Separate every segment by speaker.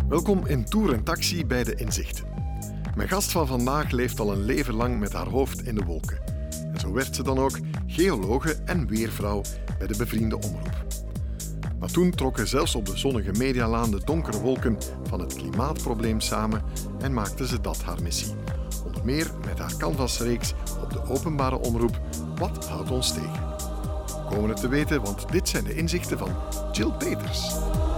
Speaker 1: Welkom in Tour en Taxi bij De Inzichten. Mijn gast van vandaag leeft al een leven lang met haar hoofd in de wolken. En zo werd ze dan ook geologe en weervrouw bij de bevriende omroep. Maar toen trokken zelfs op de zonnige Medialaan de donkere wolken van het klimaatprobleem samen en maakte ze dat haar missie. Onder meer met haar canvasreeks op de openbare omroep Wat houdt ons tegen? We komen het te weten, want dit zijn de inzichten van Jill Peters.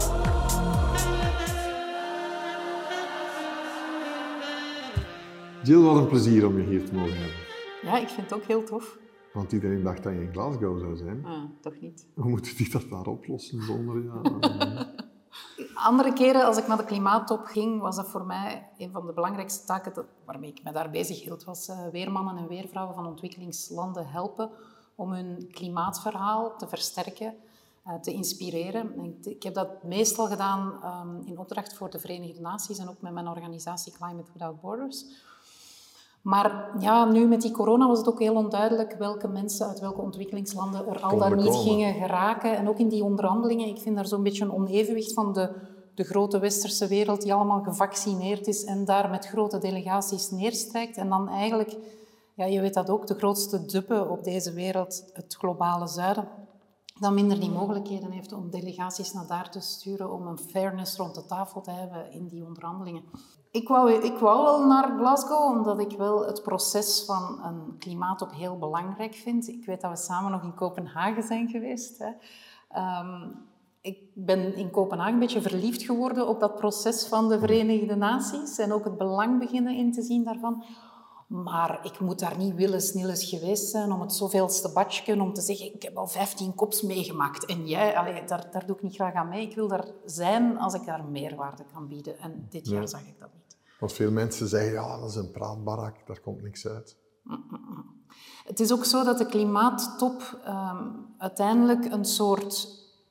Speaker 1: Jill, wat een plezier om je hier te mogen hebben.
Speaker 2: Ja, ik vind het ook heel tof.
Speaker 1: Want iedereen dacht dat je in Glasgow zou zijn.
Speaker 2: Toch niet.
Speaker 1: Hoe moeten die dat daar oplossen zonder jou?
Speaker 2: Andere keren, als ik naar de klimaattop ging, was dat voor mij een van de belangrijkste taken waarmee ik me daar bezig hield, was weermannen en weervrouwen van ontwikkelingslanden helpen om hun klimaatverhaal te versterken, te inspireren. Ik heb dat meestal gedaan in opdracht voor de Verenigde Naties en ook met mijn organisatie Climate Without Borders. Maar ja, nu met die corona was het ook heel onduidelijk welke mensen uit welke ontwikkelingslanden er al dan niet gingen geraken. En ook in die onderhandelingen, ik vind daar zo'n beetje een onevenwicht van de grote westerse wereld die allemaal gevaccineerd is en daar met grote delegaties neerstrijkt. En dan eigenlijk, ja, je weet dat ook, de grootste dupe op deze wereld, het globale zuiden, dan minder die mogelijkheden heeft om delegaties naar daar te sturen, om een fairness rond de tafel te hebben in die onderhandelingen. Ik wou wel naar Glasgow, omdat ik wel het proces van een klimaatop heel belangrijk vind. Ik weet dat we samen nog in Kopenhagen zijn geweest. Hè. Ik ben in Kopenhagen een beetje verliefd geworden op dat proces van de Verenigde Naties en ook het belang beginnen in te zien daarvan. Maar ik moet daar niet willens-nillens geweest zijn om het zoveelste batje, om te zeggen, ik heb al 15 kops meegemaakt. En jij, daar doe ik niet graag aan mee. Ik wil daar zijn als ik daar meerwaarde kan bieden. En dit jaar zag ik dat niet.
Speaker 1: Want veel mensen zeggen, ja, dat is een praatbarak, daar komt niks uit.
Speaker 2: Het is ook zo dat de klimaattop uiteindelijk een soort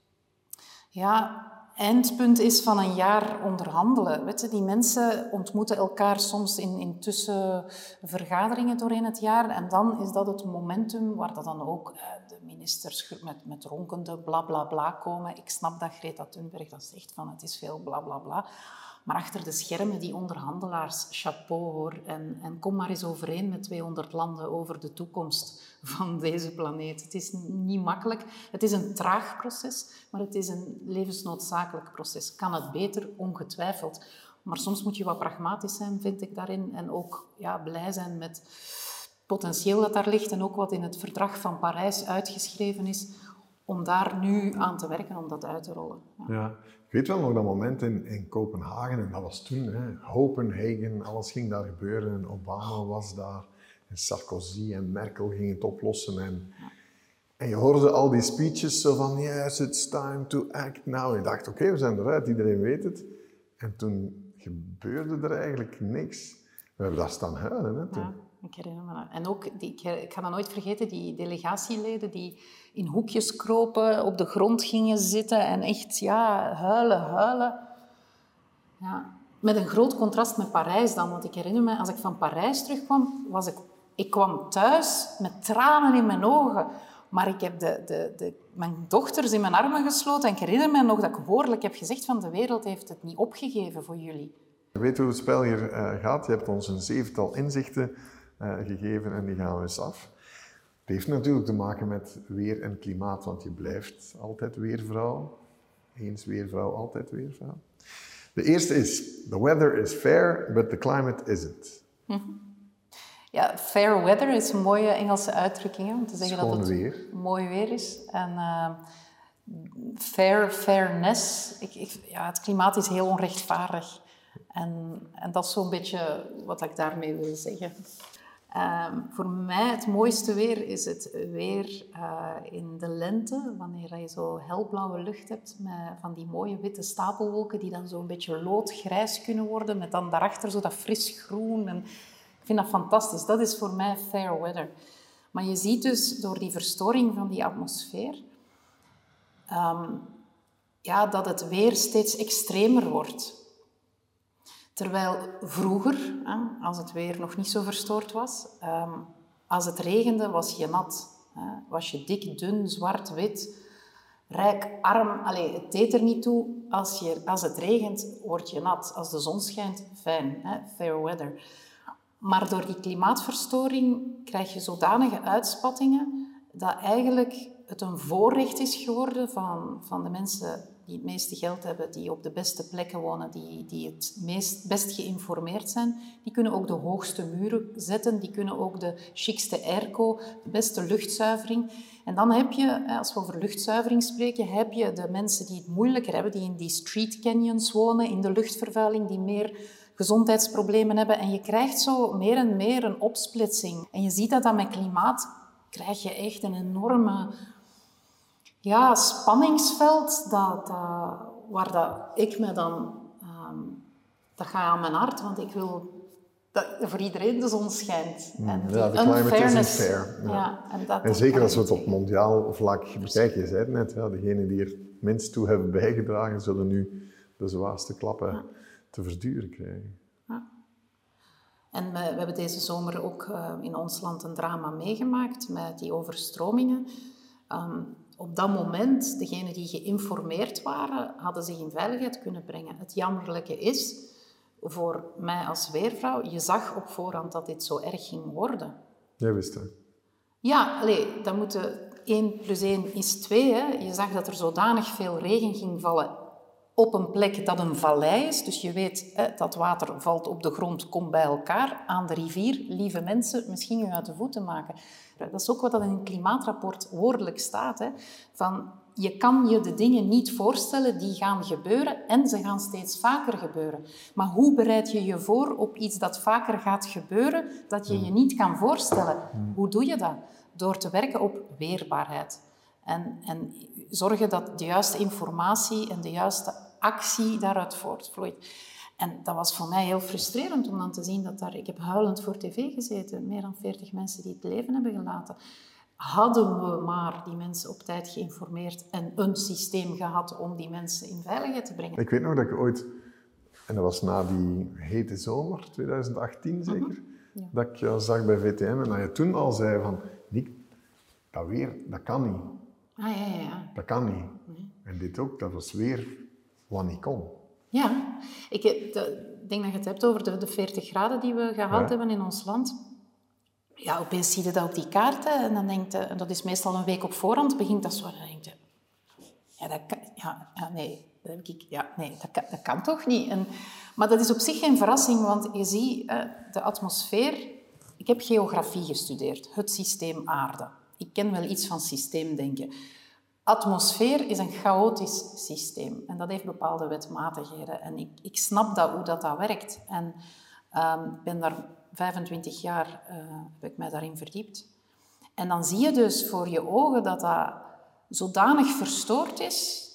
Speaker 2: eindpunt is van een jaar onderhandelen. Weet je, die mensen ontmoeten elkaar soms in tussenvergaderingen doorheen het jaar en dan is dat het momentum waar dat dan ook de ministers met ronkende bla bla bla komen. Ik snap dat Greta Thunberg dat zegt van het is veel bla bla bla. Maar achter de schermen, die onderhandelaars, chapeau hoor. En kom maar eens overeen met 200 landen over de toekomst van deze planeet. Het is niet makkelijk. Het is een traag proces, maar het is een levensnoodzakelijk proces. Kan het beter? Ongetwijfeld. Maar soms moet je wat pragmatisch zijn, vind ik daarin. En ook blij zijn met het potentieel dat daar ligt. En ook wat in het verdrag van Parijs uitgeschreven is. Om daar nu aan te werken, om dat uit te rollen.
Speaker 1: Ja. Ik weet wel nog dat moment in Kopenhagen, en dat was toen, Copenhagen, alles ging daar gebeuren. En Obama was daar, en Sarkozy en Merkel gingen het oplossen. En je hoorde al die speeches zo van, yes, it's time to act now. En je dacht, oké, we zijn eruit, iedereen weet het. En toen gebeurde er eigenlijk niks. We hebben daar staan huilen, hè, toen.
Speaker 2: Ja, ik herinner me dat. En ook, ik ga dat nooit vergeten, die delegatieleden die in hoekjes kropen, op de grond gingen zitten en echt, huilen. Ja. Met een groot contrast met Parijs dan, want ik herinner me, als ik van Parijs terugkwam, ik kwam thuis met tranen in mijn ogen. Maar ik heb mijn dochters in mijn armen gesloten en ik herinner me nog dat ik woordelijk heb gezegd van de wereld heeft het niet opgegeven voor jullie.
Speaker 1: Je weet hoe het spel hier gaat. Je hebt ons een 7-tal inzichten gegeven en die gaan we eens af. Het heeft natuurlijk te maken met weer en klimaat, want je blijft altijd weervrouw. Eens weervrouw, altijd weervrouw. De eerste is, the weather is fair, but the climate isn't.
Speaker 2: Ja, fair weather is een mooie Engelse uitdrukking, om te zeggen dat het
Speaker 1: weer.
Speaker 2: Mooi weer is. En fairness, het klimaat is heel onrechtvaardig. En dat is zo'n beetje wat ik daarmee wil zeggen. Voor mij het mooiste weer is het weer in de lente, wanneer je zo helblauwe lucht hebt met van die mooie witte stapelwolken die dan zo'n beetje loodgrijs kunnen worden, met dan daarachter zo dat fris groen. En ik vind dat fantastisch. Dat is voor mij fair weather. Maar je ziet dus door die verstoring van die atmosfeer dat het weer steeds extremer wordt. Terwijl vroeger, als het weer nog niet zo verstoord was, als het regende was je nat. Was je dik, dun, zwart, wit. rijk, arm, het deed er niet toe. Als het regent, word je nat. Als de zon schijnt, fijn, hè? Fair weather. Maar door die klimaatverstoring krijg je zodanige uitspattingen dat eigenlijk het een voorrecht is geworden van de mensen die het meeste geld hebben, die op de beste plekken wonen, die het best geïnformeerd zijn. Die kunnen ook de hoogste muren zetten, die kunnen ook de chicste airco, de beste luchtzuivering. En dan heb je, als we over luchtzuivering spreken, heb je de mensen die het moeilijker hebben, die in die street canyons wonen, in de luchtvervuiling, die meer gezondheidsproblemen hebben. En je krijgt zo meer en meer een opsplitsing. En je ziet dat dan met klimaat krijg je echt een enorme spanningsveld waar ik me dan... dat gaat aan mijn hart, want ik wil dat voor iedereen de zon schijnt. En
Speaker 1: de climate isn't fair. Ja. En zeker als we het op mondiaal vlak bekijken. Je zei het net, degenen die er het minst toe hebben bijgedragen, zullen nu de zwaarste klappen te verduren krijgen.
Speaker 2: Ja. En we hebben deze zomer ook in ons land een drama meegemaakt met die overstromingen. Op dat moment, degenen die geïnformeerd waren, hadden zich in veiligheid kunnen brengen. Het jammerlijke is, voor mij als weervrouw, je zag op voorhand dat dit zo erg ging worden.
Speaker 1: Jij wist het?
Speaker 2: Ja, dan moeten 1 + 1 is 2. Hè. Je zag dat er zodanig veel regen ging vallen op een plek dat een vallei is. Dus je weet, dat water valt op de grond, komt bij elkaar aan de rivier. Lieve mensen, misschien u uit de voeten maken. Dat is ook wat in het klimaatrapport woordelijk staat. Hè, van, je kan je de dingen niet voorstellen die gaan gebeuren en ze gaan steeds vaker gebeuren. Maar hoe bereid je je voor op iets dat vaker gaat gebeuren, dat je je niet kan voorstellen? Hoe doe je dat? Door te werken op weerbaarheid. En zorgen dat de juiste informatie en de juiste actie daaruit voortvloeit. En dat was voor mij heel frustrerend om dan te zien dat ik heb huilend voor tv gezeten, meer dan 40 mensen die het leven hebben gelaten. Hadden we maar die mensen op tijd geïnformeerd en een systeem gehad om die mensen in veiligheid te brengen.
Speaker 1: Ik weet nog dat ik ooit, en dat was na die hete zomer, 2018 zeker, dat ik jou zag bij VTM en dat je toen al zei van, Niek, dat weer, dat kan niet.
Speaker 2: Ja.
Speaker 1: Dat kan niet. En dit ook, dat was weer wat niet kon.
Speaker 2: Ja, ik denk dat je het hebt over de 40 graden die we gehad hebben in ons land. Ja, opeens zie je dat op die kaarten en dan denkt je, en dat is meestal een week op voorhand, begint dat zo en dan denk je, dat kan toch niet. Maar dat is op zich geen verrassing, want je ziet de atmosfeer. Ik heb geografie gestudeerd, het systeem aarde. Ik ken wel iets van systeemdenken. Atmosfeer is een chaotisch systeem en dat heeft bepaalde wetmatigheden. En ik snap hoe dat werkt. En ik ben daar 25 jaar heb ik mij daarin verdiept. En dan zie je dus voor je ogen dat dat zodanig verstoord is,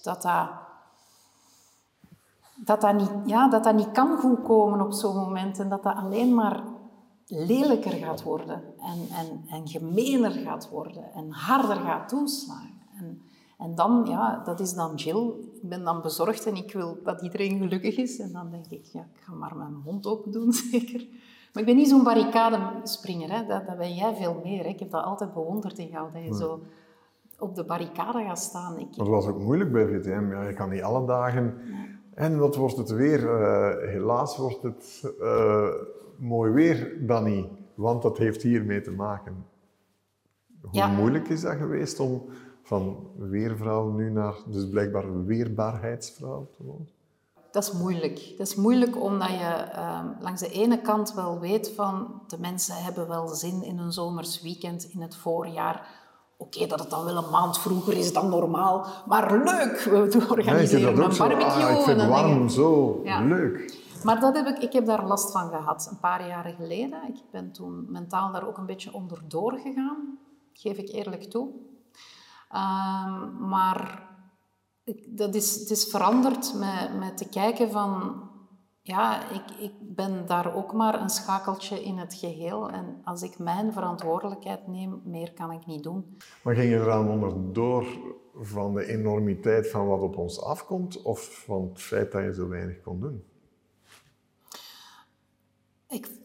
Speaker 2: dat dat niet kan goed komen op zo'n moment en dat dat alleen maar lelijker gaat worden en gemener gaat worden en harder gaat toeslaan. En dan, dat is dan Jill. Ik ben dan bezorgd en ik wil dat iedereen gelukkig is. En dan denk ik, ik ga maar mijn mond open doen, zeker. Maar ik ben niet zo'n barricadespringer, hè. Dat ben jij veel meer. Hè. Ik heb dat altijd bewonderd in jou, dat je zo op de barricade gaat staan.
Speaker 1: Dat was ook moeilijk bij VTM. Ja, je kan niet alle dagen... Ja. En wat wordt het weer? Helaas wordt het mooi weer dan niet, want dat heeft hiermee te maken. Hoe moeilijk is dat geweest om van weervrouw nu naar dus blijkbaar weerbaarheidsvrouw te worden?
Speaker 2: Dat is moeilijk. Dat is moeilijk omdat je langs de ene kant wel weet van de mensen hebben wel zin in een zomers weekend in het voorjaar. Oké, dat het dan wel een maand vroeger is dan normaal, maar leuk! We organiseren een barbecue.
Speaker 1: Ik vind het warm zo leuk.
Speaker 2: Maar ik heb daar last van gehad, een paar jaren geleden. Ik ben toen mentaal daar ook een beetje onderdoor gegaan, geef ik eerlijk toe. Maar het is veranderd met te kijken van... Ja, ik ben daar ook maar een schakeltje in het geheel. En als ik mijn verantwoordelijkheid neem, meer kan ik niet doen.
Speaker 1: Maar ging je eraan onderdoor van de enormiteit van wat op ons afkomt? Of van het feit dat je zo weinig kon doen?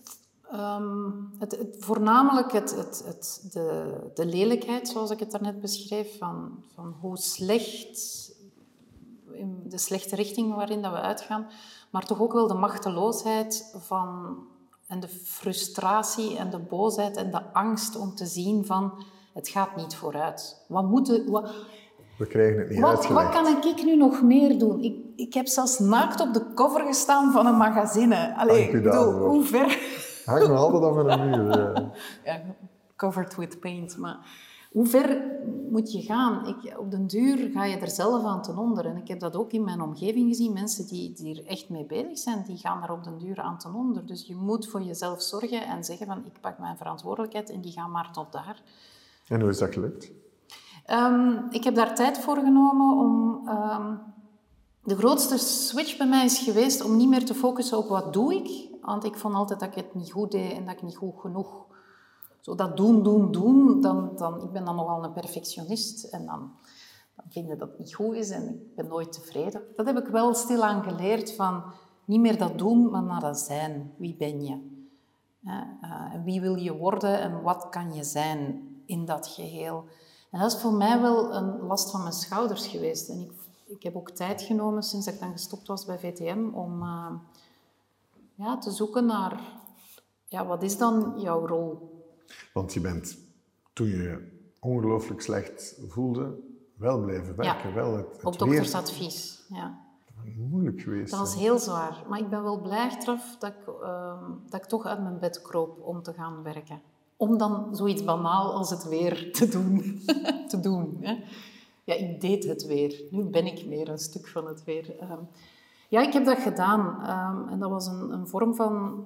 Speaker 2: Voornamelijk de lelijkheid, zoals ik het daarnet beschreef, van hoe slecht, in de slechte richting waarin dat we uitgaan, maar toch ook wel de machteloosheid en de frustratie en de boosheid en de angst om te zien van het gaat niet vooruit.
Speaker 1: We krijgen het niet uitgelegd.
Speaker 2: Wat kan ik nu nog meer doen? Ik heb zelfs naakt op de cover gestaan van een magazine. Allee, ik bedoel, hoe ver...
Speaker 1: Hangt nog altijd aan mijn muur.
Speaker 2: Ja, covered with paint. Maar hoe ver moet je gaan? Op den duur ga je er zelf aan ten onder. En ik heb dat ook in mijn omgeving gezien. Mensen die er echt mee bezig zijn, die gaan er op den duur aan ten onder. Dus je moet voor jezelf zorgen en zeggen van ik pak mijn verantwoordelijkheid en die gaan maar tot daar.
Speaker 1: En hoe is dat gelukt?
Speaker 2: Ik heb daar tijd voor genomen om... de grootste switch bij mij is geweest om niet meer te focussen op wat doe ik. Want ik vond altijd dat ik het niet goed deed en dat ik niet goed genoeg... Zo dat doen, ik ben dan nogal een perfectionist. En dan vind je dat het niet goed is en ik ben nooit tevreden. Dat heb ik wel stilaan geleerd van niet meer dat doen, maar naar dat zijn. Wie ben je? Wie wil je worden en wat kan je zijn in dat geheel? En dat is voor mij wel een last van mijn schouders geweest. En ik heb ook tijd genomen, sinds ik dan gestopt was bij VTM, om te zoeken naar... wat is dan jouw rol?
Speaker 1: Want je bent, toen je ongelooflijk slecht voelde, wel blijven werken.
Speaker 2: Ja,
Speaker 1: wel het
Speaker 2: op doktersadvies. Ja.
Speaker 1: Dat is moeilijk geweest.
Speaker 2: Dat was heel zwaar. Maar ik ben wel blij achteraf dat ik toch uit mijn bed kroop om te gaan werken. Om dan zoiets banaal als het weer te doen. Hè. Ja, ik deed het weer. Nu ben ik meer een stuk van het weer. Ik heb dat gedaan. En dat was een vorm van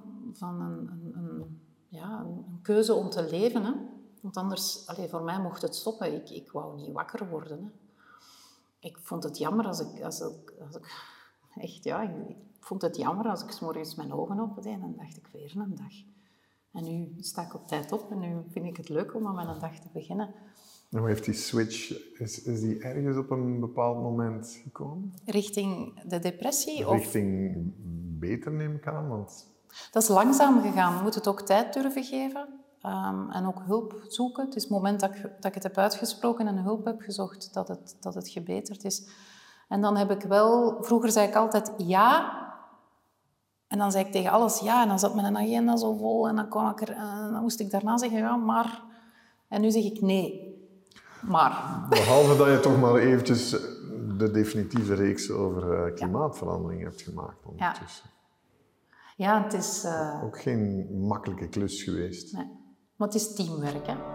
Speaker 2: een keuze om te leven. Hè. Want anders, voor mij mocht het stoppen. Ik wou niet wakker worden. Hè. Ik vond het jammer als ik echt, ik vond het jammer als ik 's morgens mijn ogen opende en dan dacht ik weer een dag. En nu sta ik op tijd op en nu vind ik het leuk om aan mijn dag te beginnen.
Speaker 1: En hoe heeft die switch, is die ergens op een bepaald moment gekomen?
Speaker 2: Richting de depressie?
Speaker 1: Richting beter, neem ik aan, want...
Speaker 2: Dat is langzaam gegaan. Je moet het ook tijd durven geven en ook hulp zoeken. Het is het moment dat ik het heb uitgesproken en hulp heb gezocht dat het gebeterd is. En dan heb ik wel... Vroeger zei ik altijd ja. En dan zei ik tegen alles ja. En dan zat mijn agenda zo vol. En dan moest ik daarna zeggen ja, maar... En nu zeg ik nee. Maar...
Speaker 1: Behalve dat je toch maar eventjes de definitieve reeks over klimaatverandering hebt gemaakt ondertussen.
Speaker 2: Ja, het is...
Speaker 1: Ook geen makkelijke klus geweest.
Speaker 2: Nee, maar het is teamwerk, hè.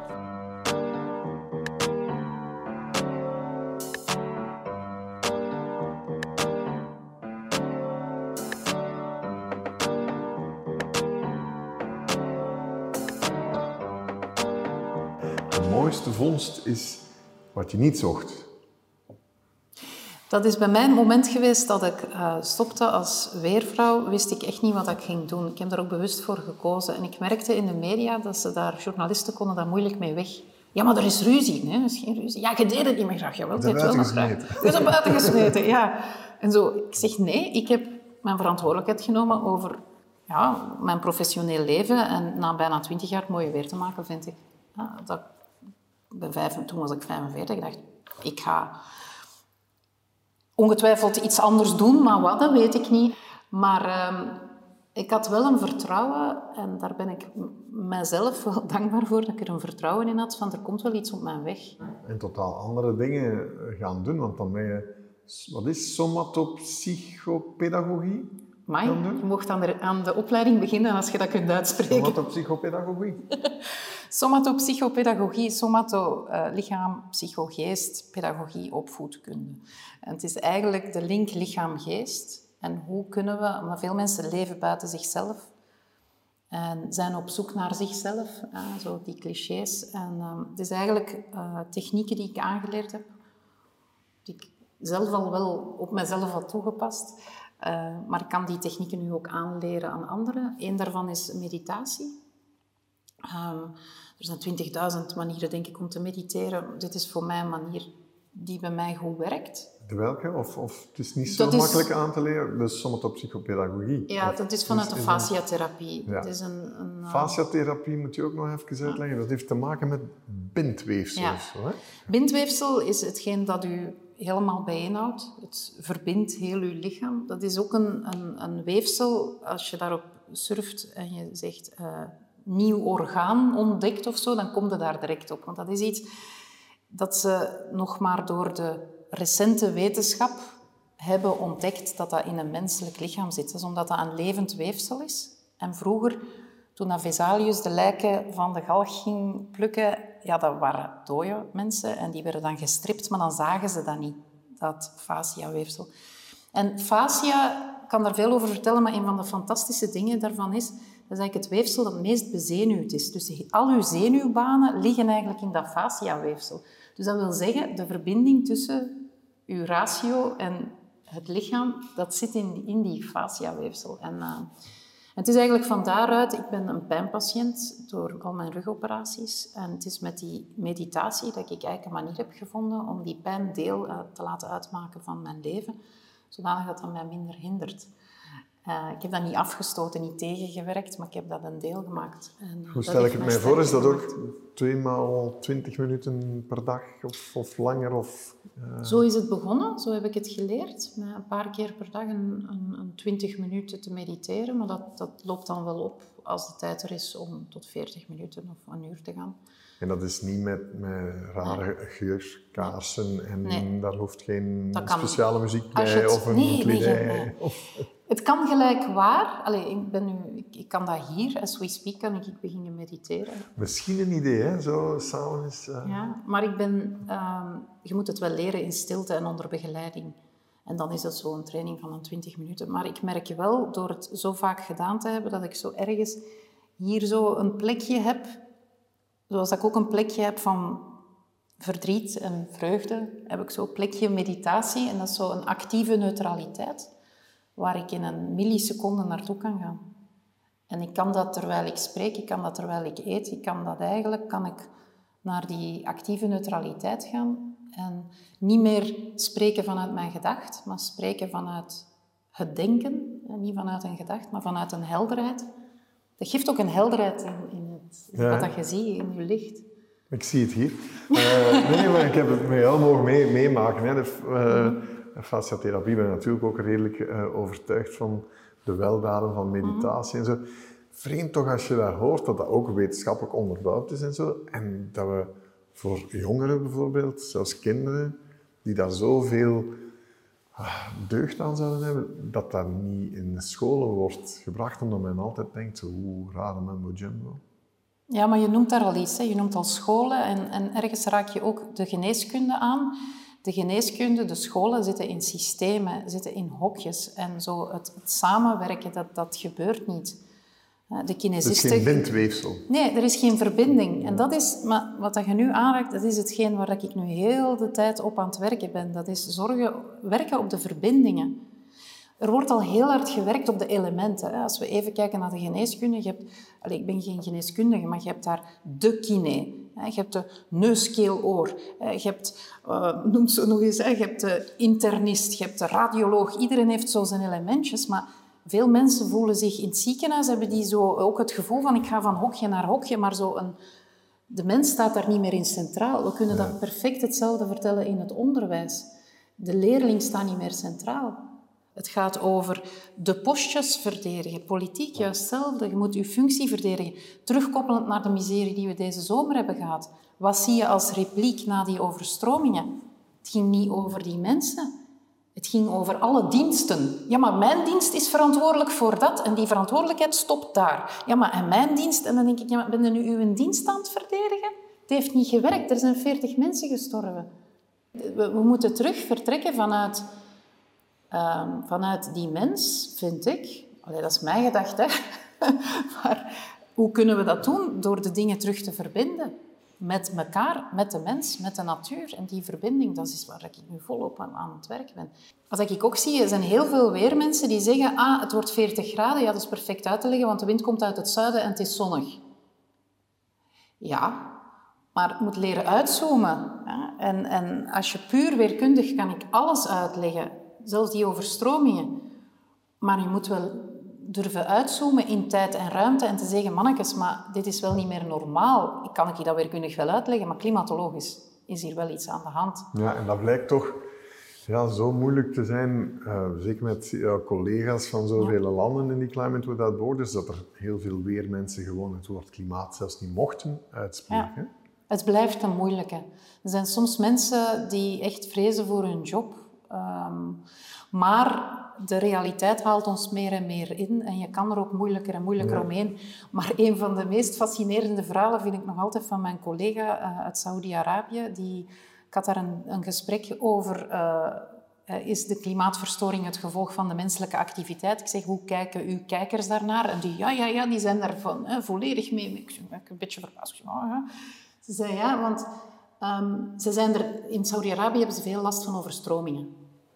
Speaker 1: De mooiste vondst is wat je niet zocht.
Speaker 2: Dat is bij mij een moment geweest dat ik stopte als weervrouw. Wist ik echt niet wat ik ging doen. Ik heb daar ook bewust voor gekozen. En ik merkte in de media dat journalisten konden daar moeilijk mee weg. Ja, maar er is ruzie. Nee, er is geen ruzie. Ja, je deed het niet meer graag. Jawel,
Speaker 1: je
Speaker 2: wel nog graag. Je is er buiten gesmeten, ja. En zo, ik zeg nee, ik heb mijn verantwoordelijkheid genomen over mijn professioneel leven. En na bijna 20 jaar mooie weer te maken, vind ik. Ja, toen was ik 45. Ik dacht, ik ga... ongetwijfeld iets anders doen, maar wat, dat weet ik niet. Maar ik had wel een vertrouwen, en daar ben ik mijzelf wel dankbaar voor, dat ik er een vertrouwen in had, van er komt wel iets op mijn weg.
Speaker 1: En totaal andere dingen gaan doen, want dan ben je... Wat is somatopsychopedagogie?
Speaker 2: Amai, je mocht aan de opleiding beginnen als je dat kunt uitspreken.
Speaker 1: Somatopsychopedagogie?
Speaker 2: Somatopsychopedagogie, lichaam, psychogeest, pedagogie, opvoedkunde. En het is eigenlijk de link lichaam-geest. En hoe kunnen we, omdat veel mensen leven buiten zichzelf en zijn op zoek naar zichzelf, zo die clichés. En het is eigenlijk technieken die ik aangeleerd heb, die ik zelf al wel op mezelf had toegepast. Maar ik kan die technieken nu ook aanleren aan anderen. Eén daarvan is meditatie. Er zijn 20.000 manieren, denk ik, om te mediteren. Dit is voor mij een manier die bij mij goed werkt.
Speaker 1: De welke? Of het is niet zo makkelijk aan te leren? Dus somatopsychopedagogie.
Speaker 2: Ja, dat is vanuit de fasciatherapie.
Speaker 1: Ja. Fasciatherapie moet je ook nog even uitleggen. Dat heeft te maken met bindweefsel.
Speaker 2: Ja.
Speaker 1: Hè?
Speaker 2: Bindweefsel is hetgeen dat u helemaal bijeenhoudt. Het verbindt heel uw lichaam. Dat is ook een weefsel. Als je daarop surft en je zegt nieuw orgaan ontdekt of zo, dan kom je daar direct op. Want dat is iets dat ze nog maar door de recente wetenschap hebben ontdekt dat dat in een menselijk lichaam zit. Dat is omdat dat een levend weefsel is. En vroeger, toen Vesalius de lijken van de galg ging plukken, ja, dat waren dode mensen en die werden dan gestript, maar dan zagen ze dat niet, dat fasciaweefsel. En fascia, ik kan daar veel over vertellen, maar een van de fantastische dingen daarvan is, dat is eigenlijk het weefsel dat het meest bezenuwd is. Dus al uw zenuwbanen liggen eigenlijk in dat fasciaweefsel. Dus dat wil zeggen, de verbinding tussen uw ratio en het lichaam, dat zit in die fasciaweefsel. En het is eigenlijk van daaruit, ik ben een pijnpatiënt door al mijn rugoperaties. En het is met die meditatie dat ik eigenlijk een manier heb gevonden om die pijn deel te laten uitmaken van mijn leven, zodanig dat dat mij minder hindert. Ik heb dat niet afgestoten, niet tegengewerkt, maar ik heb dat een deel gemaakt. En
Speaker 1: hoe stel ik het mij voor? Is dat ook 2 maal 20 minuten per dag of langer?
Speaker 2: Zo is het begonnen, zo heb ik het geleerd. Met een paar keer per dag een 20 minuten te mediteren. Maar dat loopt dan wel op als de tijd er is om tot 40 minuten of een uur te gaan.
Speaker 1: En dat is niet met rare geurkaarsen en daar hoeft geen speciale muziek bij of een kledij?
Speaker 2: Het kan gelijk waar. Allee, ik kan dat hier, as we speak, kan ik beginnen mediteren.
Speaker 1: Misschien een idee, hè? Zo samen is...
Speaker 2: Ja, maar je moet het wel leren in stilte en onder begeleiding. En dan is dat zo'n training van 20 minuten. Maar ik merk wel, door het zo vaak gedaan te hebben, dat ik zo ergens hier zo een plekje heb, zoals ik ook een plekje heb van verdriet en vreugde, heb ik zo'n plekje meditatie. En dat is zo een actieve neutraliteit, waar ik in een milliseconde naartoe kan gaan. En ik kan dat terwijl ik spreek, ik kan dat terwijl ik eet, kan ik naar die actieve neutraliteit gaan en niet meer spreken vanuit mijn gedacht, maar spreken vanuit het denken. En niet vanuit een gedacht, maar vanuit een helderheid. Dat geeft ook een helderheid in wat je ziet, in je licht.
Speaker 1: Ik zie het hier. Nee, maar ik heb het met jou mogen meemaken. Hè. Fasciatherapie, ben ik natuurlijk ook redelijk overtuigd van de weldaden van meditatie en zo. Vreemd toch als je dat hoort, dat dat ook wetenschappelijk onderbouwd is en zo. En dat we voor jongeren bijvoorbeeld, zelfs kinderen, die daar zoveel deugd aan zouden hebben, dat dat niet in de scholen wordt gebracht, omdat men altijd denkt, hoe rare mambo jumbo.
Speaker 2: Ja, maar je noemt daar al iets, hè. Je noemt al scholen en ergens raak je ook de geneeskunde aan. De geneeskunde, de scholen zitten in systemen, zitten in hokjes. En zo het samenwerken, dat gebeurt niet. De kinesisten...
Speaker 1: Het is geen bindweefsel.
Speaker 2: Nee, er is geen verbinding. En dat is, maar wat je nu aanraakt, dat is hetgeen waar ik nu heel de tijd op aan het werken ben. Dat is werken op de verbindingen. Er wordt al heel hard gewerkt op de elementen. Als we even kijken naar de geneeskunde. Ik ben geen geneeskundige, maar je hebt daar de kine. Je hebt de neus, keel, oor. Je hebt, noem het zo nog eens, je hebt de internist, je hebt de radioloog. Iedereen heeft zo zijn elementjes, maar veel mensen voelen zich in het ziekenhuis, hebben die zo ook het gevoel van ik ga van hokje naar hokje, maar de mens staat daar niet meer in centraal. We kunnen dat perfect hetzelfde vertellen in het onderwijs. De leerling staat niet meer centraal. Het gaat over de postjes verdedigen. Politiek juist hetzelfde. Je moet je functie verdedigen. Terugkoppelend naar de miserie die we deze zomer hebben gehad. Wat zie je als repliek na die overstromingen? Het ging niet over die mensen. Het ging over alle diensten. Ja, maar mijn dienst is verantwoordelijk voor dat en die verantwoordelijkheid stopt daar. Ja, maar en mijn dienst? En dan denk ik, ja, maar ben je nu uw dienst aan het verdedigen? Het heeft niet gewerkt. Er zijn 40 mensen gestorven. We moeten terug vertrekken vanuit die mens, vind ik. Allee, dat is mijn gedachte. Maar hoe kunnen we dat doen? Door de dingen terug te verbinden. Met elkaar, met de mens, met de natuur. En die verbinding, dat is waar ik nu volop aan het werk ben. Wat ik ook zie, er zijn heel veel weermensen die zeggen het wordt 40 graden. Ja, dat is perfect uit te leggen, want de wind komt uit het zuiden en het is zonnig. Ja, Maar het moet leren uitzoomen. Hè? En als je puur weerkundig kan ik alles uitleggen, zelfs die overstromingen. Maar je moet wel durven uitzoomen in tijd en ruimte en te zeggen, mannetjes, maar dit is wel niet meer normaal. Ik kan je dat weerkundig wel uitleggen, maar klimatologisch is hier wel iets aan de hand.
Speaker 1: Ja, en dat blijkt toch zo moeilijk te zijn, zeker met collega's van zoveel landen in die Climate Without Borders, dat er heel veel weermensen gewoon het woord klimaat zelfs niet mochten uitspreken.
Speaker 2: Ja. Het blijft een moeilijke. Er zijn soms mensen die echt vrezen voor hun job. Maar de realiteit haalt ons meer en meer in en je kan er ook moeilijker en moeilijker omheen. Maar een van de meest fascinerende verhalen vind ik nog altijd van mijn collega uit Saoedi-Arabië. Ik had daar een gesprek over, is de klimaatverstoring het gevolg van de menselijke activiteit? Ik zeg, hoe kijken uw kijkers daarnaar? En die, die zijn daar volledig mee. Ik ben een beetje verbaasd. Ze zei, ja, want ze zijn in Saudi-Arabië hebben ze veel last van overstromingen.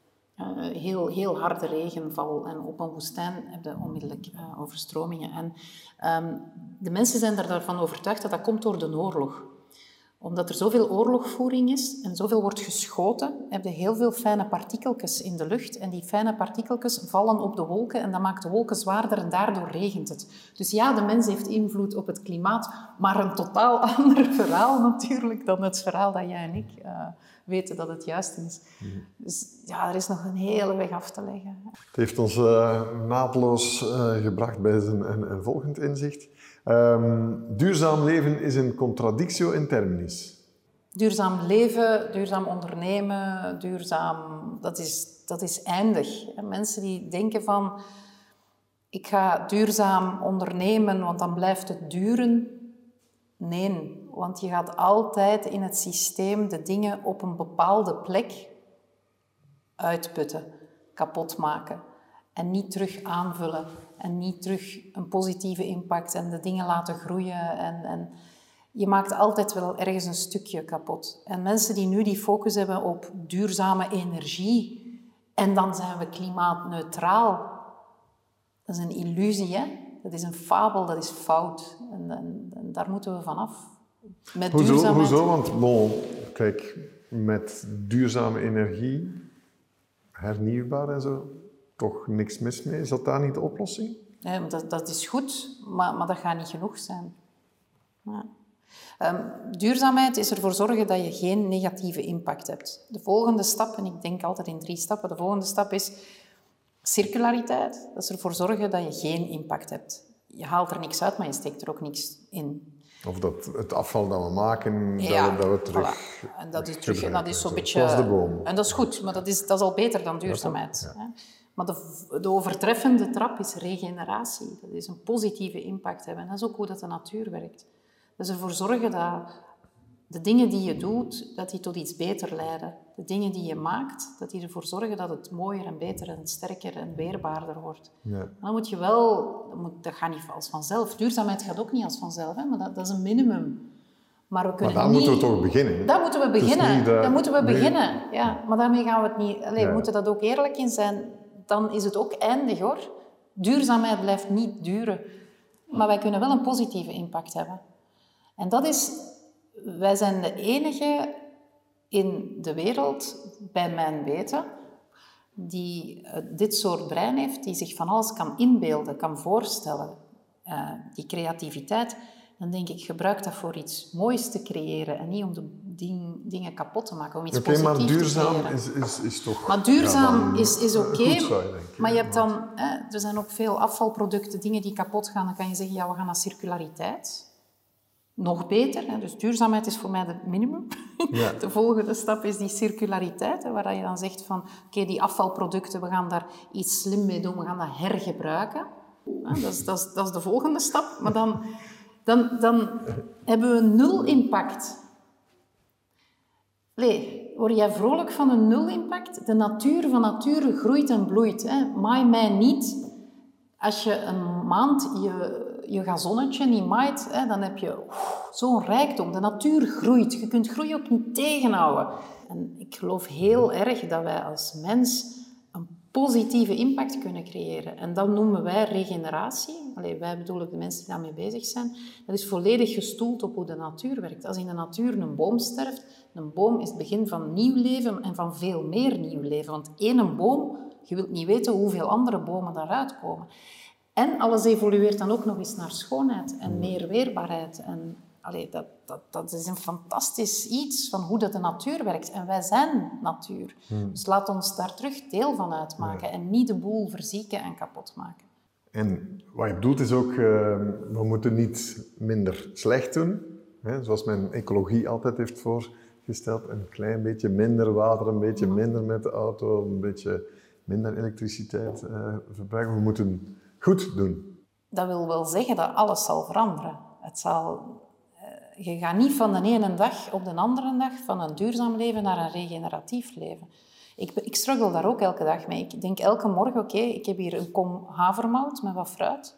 Speaker 2: Heel harde regenval en op een woestijn heb je onmiddellijk overstromingen. En de mensen zijn daarvan overtuigd dat dat komt door de oorlog. Omdat er zoveel oorlogvoering is en zoveel wordt geschoten, heb je heel veel fijne partikeltjes in de lucht. En die fijne partikeltjes vallen op de wolken en dat maakt de wolken zwaarder en daardoor regent het. Dus ja, de mens heeft invloed op het klimaat, maar een totaal ander verhaal natuurlijk dan het verhaal dat jij en ik weten dat het juist is. Dus ja, er is nog een hele weg af te leggen.
Speaker 1: Het heeft ons naadloos gebracht bij een volgend inzicht. Duurzaam leven is een contradictio in terminis.
Speaker 2: Duurzaam leven, duurzaam ondernemen, dat is eindig. Mensen die denken van, ik ga duurzaam ondernemen, want dan blijft het duren. Nee, want je gaat altijd in het systeem de dingen op een bepaalde plek uitputten, kapot maken. En niet terug aanvullen. En niet terug een positieve impact en de dingen laten groeien. En je maakt altijd wel ergens een stukje kapot. En mensen die nu die focus hebben op duurzame energie en dan zijn we klimaatneutraal. Dat is een illusie, hè? Dat is een fabel, dat is fout. En daar moeten we vanaf. Met duurzaamheid.
Speaker 1: Hoezo? Want kijk, met duurzame energie, hernieuwbaar en zo, toch niks mis mee? Is dat daar niet de oplossing?
Speaker 2: Nee, dat is goed, maar dat gaat niet genoeg zijn. Ja. Duurzaamheid is ervoor zorgen dat je geen negatieve impact hebt. De volgende stap, en ik denk altijd in 3 stappen, de volgende stap is circulariteit. Dat is ervoor zorgen dat je geen impact hebt. Je haalt er niks uit, maar je steekt er ook niks in.
Speaker 1: Of dat het afval dat we maken, dat we terug...
Speaker 2: Voilà. En dat is zo'n beetje...
Speaker 1: Zoals de boom.
Speaker 2: En dat is goed, maar dat is al beter dan duurzaamheid. Ja. Maar de overtreffende trap is regeneratie. Dat is een positieve impact hebben. En dat is ook hoe dat de natuur werkt. Dat is ervoor zorgen dat de dingen die je doet, dat die tot iets beter leiden. De dingen die je maakt, dat die ervoor zorgen dat het mooier en beter en sterker en weerbaarder wordt. Ja. En dan moet je wel... Dat gaat niet als vanzelf. Duurzaamheid gaat ook niet als vanzelf, hè? Maar dat is een minimum. Maar
Speaker 1: daar moeten we toch beginnen.
Speaker 2: Daar moeten we beginnen. Ja, maar daarmee gaan we het niet... We moeten dat ook eerlijk in zijn. Dan is het ook eindig, hoor. Duurzaamheid blijft niet duren. Maar wij kunnen wel een positieve impact hebben. En dat is... Wij zijn de enige in de wereld, bij mijn weten, die dit soort brein heeft, die zich van alles kan inbeelden, kan voorstellen. Die creativiteit, dan denk ik, gebruik dat voor iets moois te creëren en niet om de dingen kapot te maken, om iets positiefs te creëren.
Speaker 1: Maar duurzaam is toch...
Speaker 2: Maar duurzaam is oké, maar je hebt dan... er zijn ook veel afvalproducten, dingen die kapot gaan. Dan kan je zeggen, we gaan naar circulariteit. Nog beter, hè? Dus duurzaamheid is voor mij het minimum. Ja. De volgende stap is die circulariteit, hè, waar je dan zegt van, oké, die afvalproducten, we gaan daar iets slim mee doen, we gaan dat hergebruiken. Ja, dat is de volgende stap. Maar dan hebben we 0 impact. Word jij vrolijk van een 0 impact? De natuur van nature groeit en bloeit. Hè? Maai mij niet. Als je een maand je gazonnetje niet maait, dan heb je zo'n rijkdom. De natuur groeit. Je kunt groei ook niet tegenhouden. En ik geloof heel erg dat wij als mens een positieve impact kunnen creëren. En dat noemen wij regeneratie. Allee, wij bedoelen de mensen die daarmee bezig zijn. Dat is volledig gestoeld op hoe de natuur werkt. Als in de natuur een boom sterft, een boom is het begin van nieuw leven en van veel meer nieuw leven. Want één boom, je wilt niet weten hoeveel andere bomen daaruit komen. En alles evolueert dan ook nog eens naar schoonheid en meer weerbaarheid. En dat is een fantastisch iets van hoe dat de natuur werkt. En wij zijn natuur. Dus laat ons daar terug deel van uitmaken en niet de boel verzieken en kapot maken.
Speaker 1: En wat je bedoelt is ook, we moeten niet minder slecht doen. Hè, zoals mijn ecologie altijd heeft voorgesteld. Een klein beetje minder water, een beetje minder met de auto, een beetje minder elektriciteit verbruiken. We moeten goed doen.
Speaker 2: Dat wil wel zeggen dat alles zal veranderen. Je gaat niet van de ene dag op de andere dag van een duurzaam leven naar een regeneratief leven. Ik struggle daar ook elke dag mee. Ik denk elke morgen, oké, ik heb hier een kom havermout met wat fruit.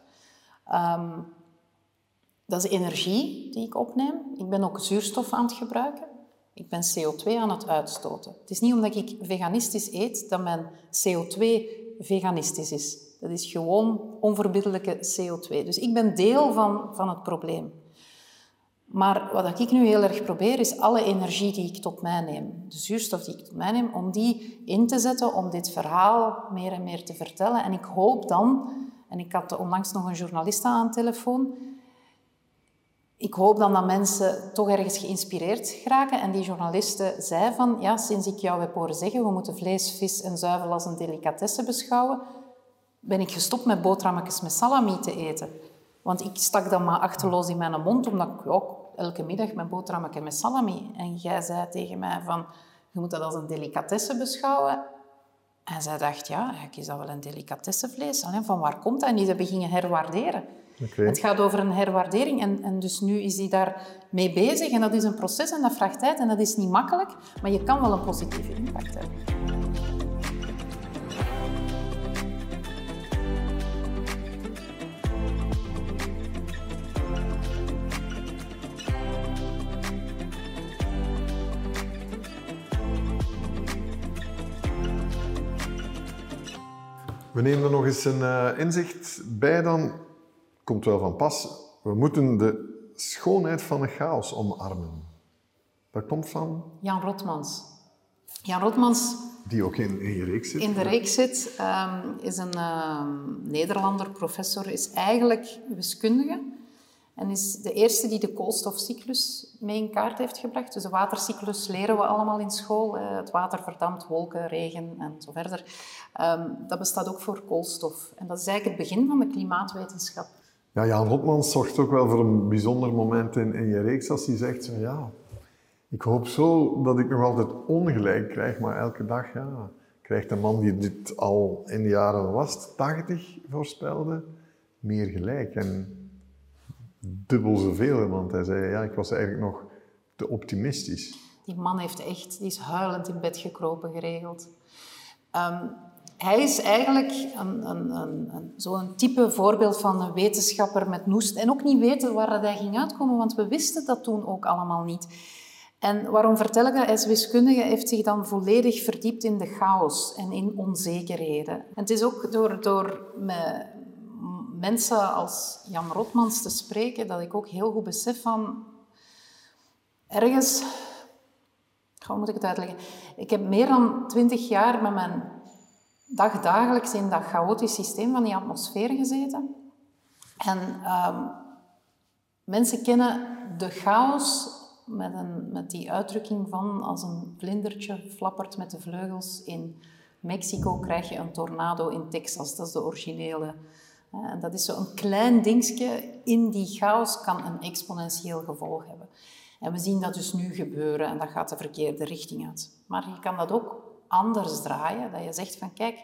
Speaker 2: Dat is energie die ik opneem. Ik ben ook zuurstof aan het gebruiken. Ik ben CO2 aan het uitstoten. Het is niet omdat ik veganistisch eet dat mijn CO2 veganistisch is. Dat is gewoon onverbiddelijke CO2. Dus ik ben deel van het probleem. Maar wat ik nu heel erg probeer, is alle energie die ik tot mij neem, de zuurstof die ik tot mij neem, om die in te zetten, om dit verhaal meer en meer te vertellen. En ik hoop dan, en ik had onlangs nog een journaliste aan de telefoon, ik hoop dan dat mensen toch ergens geïnspireerd geraken. En die journaliste zei van, ja, sinds ik jou heb horen zeggen, we moeten vlees, vis en zuivel als een delicatesse beschouwen, ben ik gestopt met boterhammetjes met salami te eten. Want ik stak dat maar achteloos in mijn mond, omdat ik ook elke middag mijn boterhammetje met salami. En jij zei tegen mij van, je moet dat als een delicatesse beschouwen. En zij dacht, ja, eigenlijk is dat wel een delicatessevlees. Alleen, van waar komt dat? En die hebben gingen herwaarderen. Okay. Het gaat over een herwaardering en dus nu is hij daar mee bezig. En dat is een proces en dat vraagt tijd en dat is niet makkelijk. Maar je kan wel een positieve impact hebben.
Speaker 1: We nemen er nog eens een inzicht bij dan. Komt wel van pas. We moeten de schoonheid van de chaos omarmen. Dat komt van?
Speaker 2: Jan Rotmans. Jan Rotmans...
Speaker 1: Die ook in je reeks zit.
Speaker 2: In de reeks zit. Is een Nederlander, professor, is eigenlijk wiskundige. En is de eerste die de koolstofcyclus mee in kaart heeft gebracht. Dus de watercyclus leren we allemaal in school. Het water verdampt, wolken, regen en zo verder. Dat bestaat ook voor koolstof. En dat is eigenlijk het begin van de klimaatwetenschap.
Speaker 1: Ja, Jan Rotmans zorgt ook wel voor een bijzonder moment in je reeks als hij zegt, ja, ik hoop zo dat ik nog altijd ongelijk krijg, maar elke dag krijgt een man die dit al in de jaren 80 voorspelde, meer gelijk. En dubbel zoveel, want hij zei, ja, ik was eigenlijk nog te optimistisch.
Speaker 2: Die man die is huilend in bed gekropen geregeld. Hij is eigenlijk zo'n type voorbeeld van een wetenschapper met noest. En ook niet weten waar hij ging uitkomen, want we wisten dat toen ook allemaal niet. En waarom vertel ik dat? Hij is wiskundige, heeft zich dan volledig verdiept in de chaos en in onzekerheden. En het is ook door met mensen als Jan Rotmans te spreken, dat ik ook heel goed besef van ergens... Hoe moet ik het uitleggen? Ik heb meer dan 20 jaar met mijn dagelijks in dat chaotisch systeem van die atmosfeer gezeten. En mensen kennen de chaos met die uitdrukking van als een vlindertje flappert met de vleugels. In Mexico krijg je een tornado in Texas. Dat is de originele. En dat is zo'n klein dingetje in die chaos kan een exponentieel gevolg hebben. En we zien dat dus nu gebeuren en dat gaat de verkeerde richting uit. Maar je kan dat ook anders draaien, dat je zegt van kijk,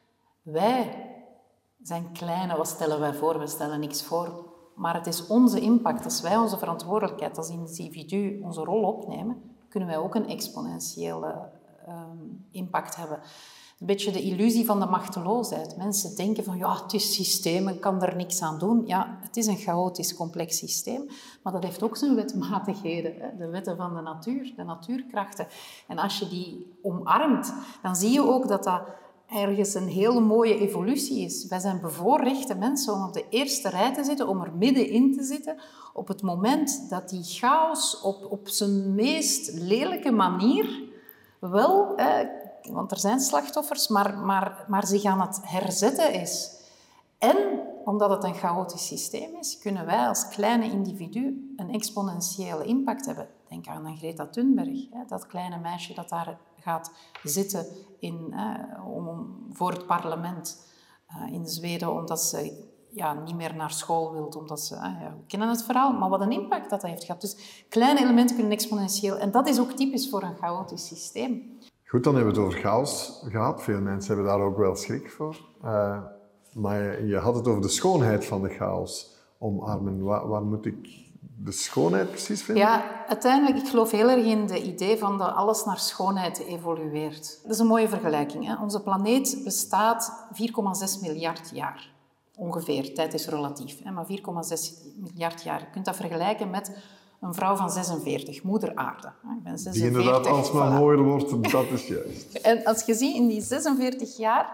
Speaker 2: wij zijn kleine, wat stellen wij voor? We stellen niks voor. Maar het is onze impact, als wij onze verantwoordelijkheid als individu onze rol opnemen, kunnen wij ook een exponentiële impact hebben. Een beetje de illusie van de machteloosheid. Mensen denken van, ja, het is systeem, ik kan er niks aan doen. Ja, het is een chaotisch, complex systeem, maar dat heeft ook zijn wetmatigheden. Hè? De wetten van de natuur, de natuurkrachten. En als je die omarmt, dan zie je ook dat ergens een hele mooie evolutie is. Wij zijn bevoorrechte mensen om op de eerste rij te zitten, om er middenin te zitten, op het moment dat die chaos op zijn meest lelijke manier wel, want er zijn slachtoffers, maar zich aan het herzetten is. En omdat het een chaotisch systeem is, kunnen wij als kleine individu een exponentiële impact hebben. Denk aan Greta Thunberg, dat kleine meisje dat daar gaat zitten voor het parlement in Zweden, omdat ze niet meer naar school wil, omdat ze... we kennen het verhaal, maar wat een impact dat heeft gehad. Dus kleine elementen kunnen exponentieel. En dat is ook typisch voor een chaotisch systeem.
Speaker 1: Goed, dan hebben we het over chaos gehad. Veel mensen hebben daar ook wel schrik voor. Maar je had het over de schoonheid van de chaos omarmen. Waar moet ik de schoonheid precies vinden?
Speaker 2: Ja, uiteindelijk, ik geloof heel erg in het idee van dat alles naar schoonheid evolueert. Dat is een mooie vergelijking. Hè? Onze planeet bestaat 4,6 miljard jaar. Ongeveer, tijd is relatief, hè? Maar 4,6 miljard jaar. Je kunt dat vergelijken met een vrouw van 46, moeder aarde. Ik ben 46.
Speaker 1: Die inderdaad alsmaar mooier wordt, dat is juist.
Speaker 2: En als je ziet, in die 46 jaar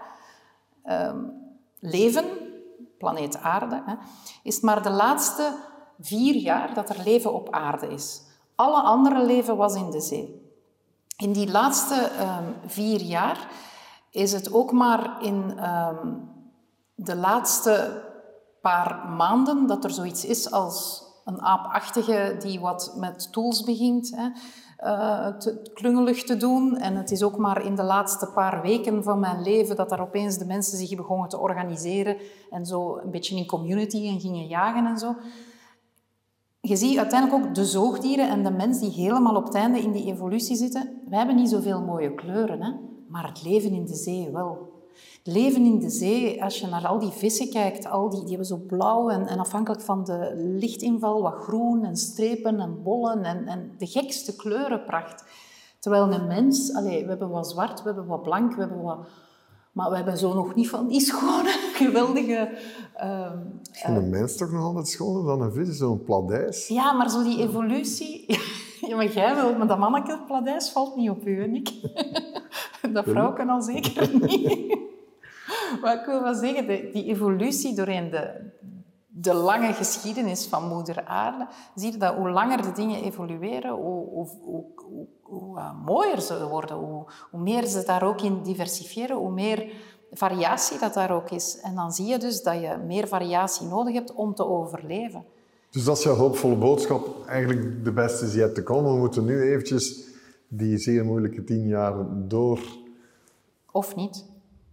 Speaker 2: leven, planeet aarde, is het maar de laatste 4 jaar dat er leven op aarde is. Alle andere leven was in de zee. In die laatste 4 jaar is het ook maar in de laatste paar maanden dat er zoiets is als een aapachtige die wat met tools begint klungelig te doen. En het is ook maar in de laatste paar weken van mijn leven dat daar opeens de mensen zich begonnen te organiseren en zo een beetje in community en gingen jagen en zo. Je ziet uiteindelijk ook de zoogdieren en de mens die helemaal op het einde in die evolutie zitten. Wij hebben niet zoveel mooie kleuren, hè? Maar het leven in de zee wel. Het leven in de zee, als je naar al die vissen kijkt, die hebben zo blauw en afhankelijk van de lichtinval wat groen en strepen en bollen en de gekste kleurenpracht. Terwijl een mens, we hebben wat zwart, we hebben wat blank, we hebben wat... Maar we hebben zo nog niet van die schone, geweldige...
Speaker 1: Is een mens toch nog altijd schoner dan een vis? Zo'n pladijs?
Speaker 2: Ja, maar zo die evolutie... Ja, maar jij wel, maar dat manneke pladijs valt niet op u en ik. Dat vrouw kan al zeker niet. Maar ik wil wel zeggen, die evolutie doorheen de lange geschiedenis van moeder aarde, zie je dat hoe langer de dingen evolueren, hoe mooier ze worden, hoe meer ze daar ook in diversifiëren, hoe meer variatie dat daar ook is. En dan zie je dus dat je meer variatie nodig hebt om te overleven.
Speaker 1: Dus dat is jouw hoopvolle boodschap, eigenlijk de beste is yet to come. We moeten nu eventjes die zeer moeilijke 10 jaar door.
Speaker 2: Of niet.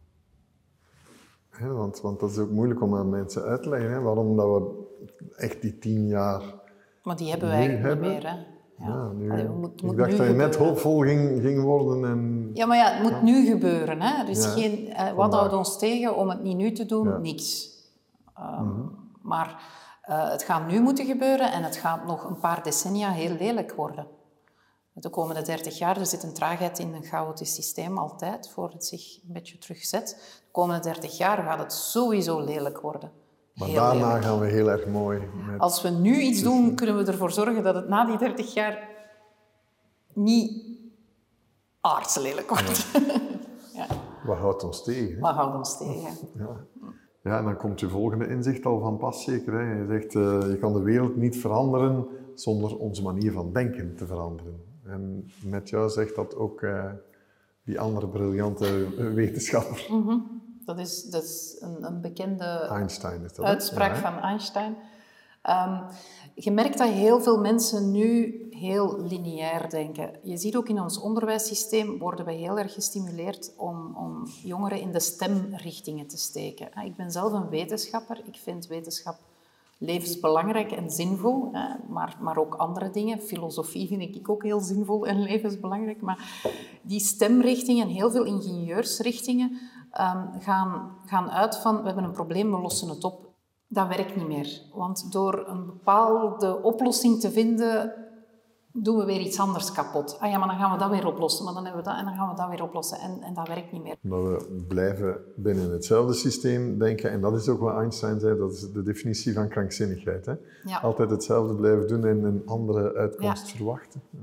Speaker 1: Ja, want dat is ook moeilijk om aan mensen uit te leggen. Hè? Waarom dat we echt die 10 jaar.
Speaker 2: Maar die hebben wij eigenlijk niet meer. Hè?
Speaker 1: Ja, nu,
Speaker 2: moet
Speaker 1: ik dacht dat je net hoopvol ging worden. En...
Speaker 2: Ja, maar het moet nu gebeuren. Hè? Er is geen, wat houdt ons tegen om het niet nu te doen? Ja. Niks. Maar het gaat nu moeten gebeuren en het gaat nog een paar decennia heel lelijk worden. De komende 30 jaar, er zit een traagheid in een chaotisch systeem altijd, voor het zich een beetje terugzet. De komende 30 jaar gaat het sowieso lelijk worden.
Speaker 1: Maar heel daarna lelijk. Gaan we heel erg mooi.
Speaker 2: Als we nu iets doen, kunnen we ervoor zorgen dat het na die 30 jaar niet aardslelijk wordt.
Speaker 1: Ja. Wat houdt ons tegen?
Speaker 2: Wat houdt ons tegen?
Speaker 1: Ja, en dan komt je volgende inzicht al van pas zeker. Hè? Je zegt, je kan de wereld niet veranderen zonder onze manier van denken te veranderen. En met jou zegt dat ook die andere briljante wetenschapper.
Speaker 2: Mm-hmm. Dat is een bekende
Speaker 1: Einstein is dat,
Speaker 2: uitspraak van Einstein. Je merkt dat heel veel mensen nu heel lineair denken. Je ziet ook in ons onderwijssysteem worden we heel erg gestimuleerd om jongeren in de STEM-richtingen te steken. Ik ben zelf een wetenschapper. Ik vind wetenschap levensbelangrijk en zinvol, maar ook andere dingen. Filosofie vind ik ook heel zinvol en levensbelangrijk. Maar die STEM-richtingen, heel veel ingenieursrichtingen, gaan uit van we hebben een probleem, we lossen het op. Dat werkt niet meer. Want door een bepaalde oplossing te vinden, doen we weer iets anders kapot. Ah ja, maar dan gaan we dat weer oplossen. Maar dan hebben we dat en dan gaan we dat weer oplossen. En dat werkt niet meer.
Speaker 1: Maar we blijven binnen hetzelfde systeem denken. En dat is ook wat Einstein zei. Dat is de definitie van krankzinnigheid. Hè? Ja. Altijd hetzelfde blijven doen en een andere uitkomst verwachten.
Speaker 2: Ja.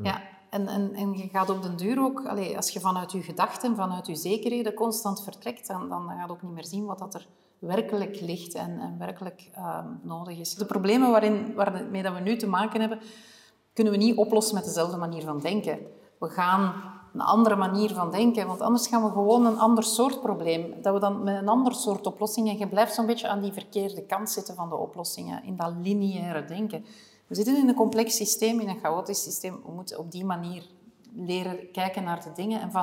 Speaker 2: En je gaat op den duur ook, als je vanuit je gedachten, vanuit je zekerheden constant vertrekt, dan ga je ook niet meer zien wat dat er werkelijk ligt en werkelijk nodig is. De problemen waarmee dat we nu te maken hebben, kunnen we niet oplossen met dezelfde manier van denken. We gaan een andere manier van denken, want anders gaan we gewoon een ander soort probleem. Dat we dan met een ander soort oplossingen, je blijft zo'n beetje aan die verkeerde kant zitten van de oplossingen, in dat lineaire denken. We zitten in een complex systeem, in een chaotisch systeem. We moeten op die manier leren kijken naar de dingen en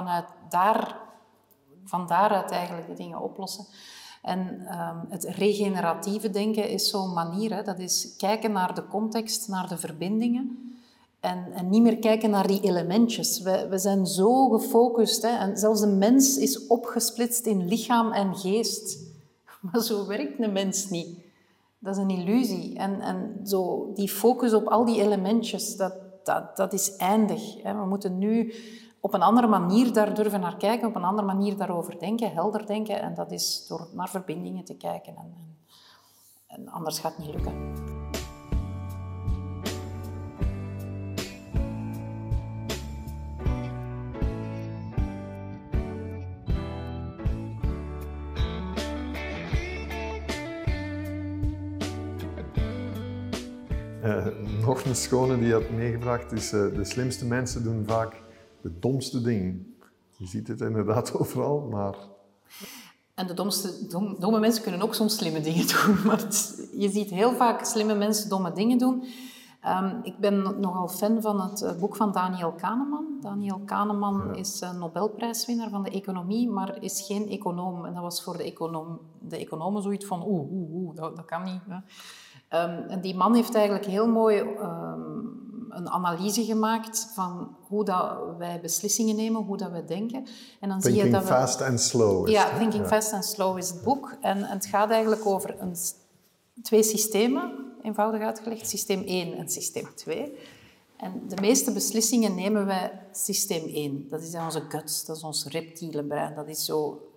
Speaker 2: van daaruit eigenlijk de dingen oplossen. En het regeneratieve denken is zo'n manier. Hè, dat is kijken naar de context, naar de verbindingen. En niet meer kijken naar die elementjes. We zijn zo gefocust. Hè, en zelfs een mens is opgesplitst in lichaam en geest. Maar zo werkt een mens niet. Dat is een illusie. En zo die focus op al die elementjes, dat is eindig. Hè. We moeten nu op een andere manier daar durven naar kijken, op een andere manier daarover denken, helder denken. En dat is door naar verbindingen te kijken. En anders gaat het niet lukken.
Speaker 1: Nog een schone die je had meegebracht is de slimste mensen doen vaak de domste dingen. Je ziet het inderdaad overal, maar...
Speaker 2: En de domme mensen kunnen ook soms slimme dingen doen. Maar je ziet heel vaak slimme mensen domme dingen doen. Ik ben nogal fan van het boek van Daniel Kahneman. Daniel Kahneman is een Nobelprijswinnaar van de economie, maar is geen econoom. En dat was voor de economen zoiets van dat kan niet. Hè. En die man heeft eigenlijk heel mooi een analyse gemaakt van hoe dat wij beslissingen nemen, hoe dat wij denken. En dan zie je dat
Speaker 1: Fast and Slow.
Speaker 2: Ja, Thinking Fast and Slow is het boek. En het gaat eigenlijk over twee systemen, eenvoudig uitgelegd. Systeem 1 en systeem 2. En de meeste beslissingen nemen wij systeem 1. Dat is onze guts, dat is ons reptiele brein. Dat is zo...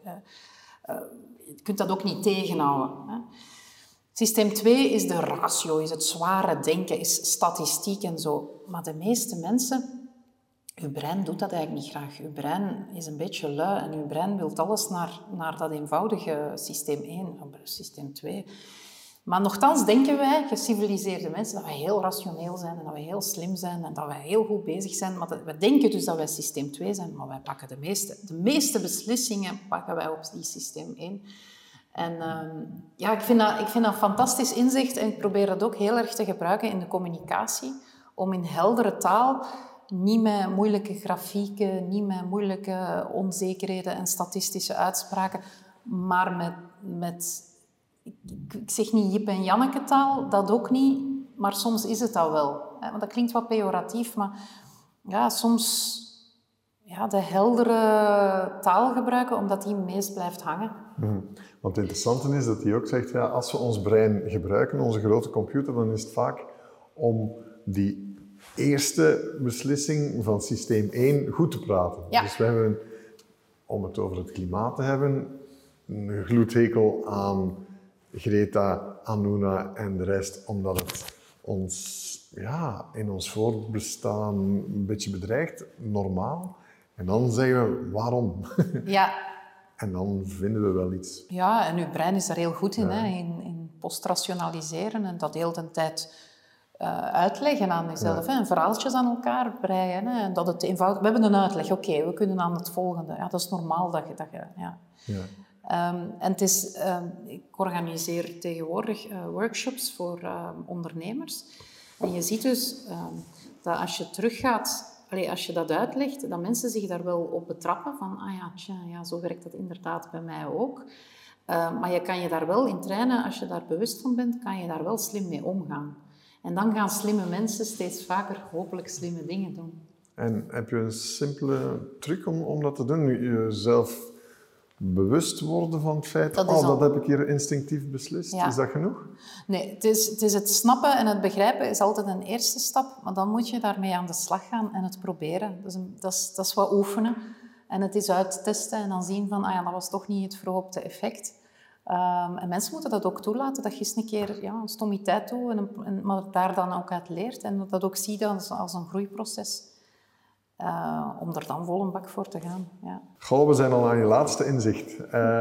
Speaker 2: je kunt dat ook niet tegenhouden. Hè. Systeem 2 is de ratio, is het zware denken, is statistiek en zo. Maar de meeste mensen, uw brein doet dat eigenlijk niet graag. Uw brein is een beetje lui en uw brein wil alles naar dat eenvoudige systeem 1, systeem 2. Maar nochtans denken wij, geciviliseerde mensen, dat wij heel rationeel zijn en dat wij heel slim zijn en dat wij heel goed bezig zijn. Maar we denken dus dat wij systeem 2 zijn, maar wij pakken de meeste beslissingen pakken wij op die systeem 1. En ik vind dat een fantastisch inzicht en ik probeer dat ook heel erg te gebruiken in de communicatie, om in heldere taal, niet met moeilijke grafieken, niet met moeilijke onzekerheden en statistische uitspraken, maar met ik zeg niet Jip en Janneke taal, dat ook niet, maar soms is het dat wel. Want dat klinkt wat pejoratief, maar ja, soms de heldere taal gebruiken, omdat die meest blijft hangen.
Speaker 1: Want het interessante is dat hij ook zegt, als we ons brein gebruiken, onze grote computer, dan is het vaak om die eerste beslissing van systeem 1 goed te praten.
Speaker 2: Ja.
Speaker 1: Dus we hebben, om het over het klimaat te hebben, een gloedhekel aan Greta, Anuna en de rest, omdat het ons in ons voortbestaan een beetje bedreigt, normaal. En dan zeggen we, waarom?
Speaker 2: Ja.
Speaker 1: En dan vinden we wel iets.
Speaker 2: Ja, en uw brein is daar heel goed in, in postrationaliseren en dat de hele tijd uitleggen aan jezelf. Hè, en verhaaltjes aan elkaar breien. Hè, en dat het eenvoudig... We hebben een uitleg, oké, we kunnen aan het volgende. Ja, dat is normaal dat je... En het is... ik organiseer tegenwoordig workshops voor ondernemers. En je ziet dus dat als je teruggaat... als je dat uitlegt, dat mensen zich daar wel op betrappen. Van, zo werkt dat inderdaad bij mij ook. Maar je kan je daar wel in trainen, als je daar bewust van bent, kan je daar wel slim mee omgaan. En dan gaan slimme mensen steeds vaker hopelijk slimme dingen doen.
Speaker 1: En heb je een simpele truc om dat te doen? Jezelf bewust worden van het feit, dat heb ik hier instinctief beslist. Ja. Is dat genoeg?
Speaker 2: Nee, het is het snappen en het begrijpen is altijd een eerste stap, maar dan moet je daarmee aan de slag gaan en het proberen. Dat is wat oefenen en het is uittesten en dan zien van, dat was toch niet het verhoopte effect. En mensen moeten dat ook toelaten, dat je eens een keer een stommiteit doet, maar daar dan ook uit leert en dat ook ziet als een groeiproces. om er dan vol een bak voor te gaan. Ja.
Speaker 1: Goh, we zijn al aan je laatste inzicht.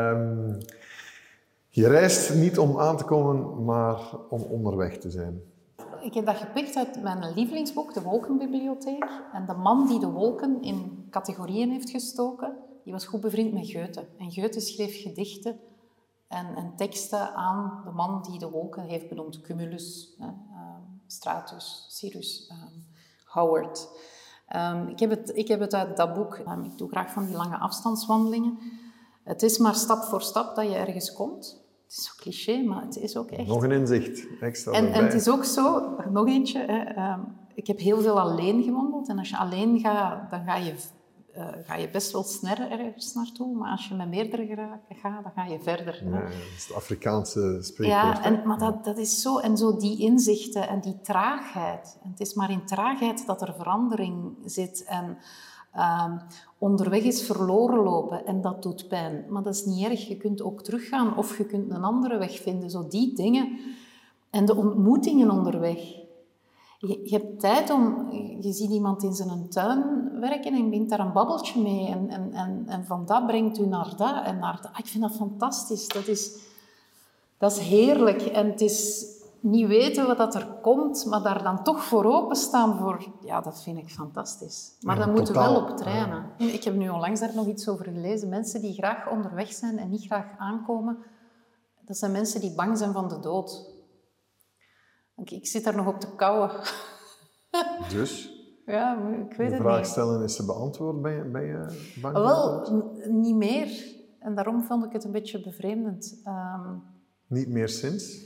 Speaker 1: Je reist niet om aan te komen, maar om onderweg te zijn.
Speaker 2: Ik heb dat gepikt uit mijn lievelingsboek, De Wolkenbibliotheek. En de man die de wolken in categorieën heeft gestoken, die was goed bevriend met Goethe. En Goethe schreef gedichten en teksten aan de man die de wolken heeft benoemd. Cumulus, Stratus, Sirius, Howard. Ik heb het uit dat boek. Ik doe graag van die lange afstandswandelingen. Het is maar stap voor stap dat je ergens komt. Het is zo cliché, maar het is ook echt.
Speaker 1: Nog een inzicht, extra
Speaker 2: en het is ook zo, nog eentje, ik heb heel veel alleen gewandeld. En als je alleen gaat, dan ga je best wel sneller ergens naartoe. Maar als je met meerdere gaat, dan ga je verder.
Speaker 1: Ja, dat is het Afrikaanse spreekwoord.
Speaker 2: Ja, maar dat is zo. En zo die inzichten en die traagheid. En het is maar in traagheid dat er verandering zit. En onderweg is verloren lopen en dat doet pijn. Maar dat is niet erg. Je kunt ook teruggaan of je kunt een andere weg vinden. Zo die dingen. En de ontmoetingen onderweg. Je hebt tijd om... Je ziet iemand in zijn tuin werken en je bent daar een babbeltje mee. En van dat brengt u naar dat en naar dat. Ik vind dat fantastisch. Dat is heerlijk. En het is niet weten wat er komt, maar daar dan toch voor openstaan voor... Ja, dat vind ik fantastisch. Maar dan moeten we wel op trainen. Ik heb nu onlangs daar nog iets over gelezen. Mensen die graag onderweg zijn en niet graag aankomen, dat zijn mensen die bang zijn van de dood. Ik zit daar nog op te kauwen.
Speaker 1: Dus?
Speaker 2: Ja, ik weet het niet.
Speaker 1: De vraag stellen is ze beantwoord, ben je bang van
Speaker 2: Wel,
Speaker 1: de dood?
Speaker 2: niet meer. En daarom vond ik het een beetje bevreemdend.
Speaker 1: Niet meer sinds?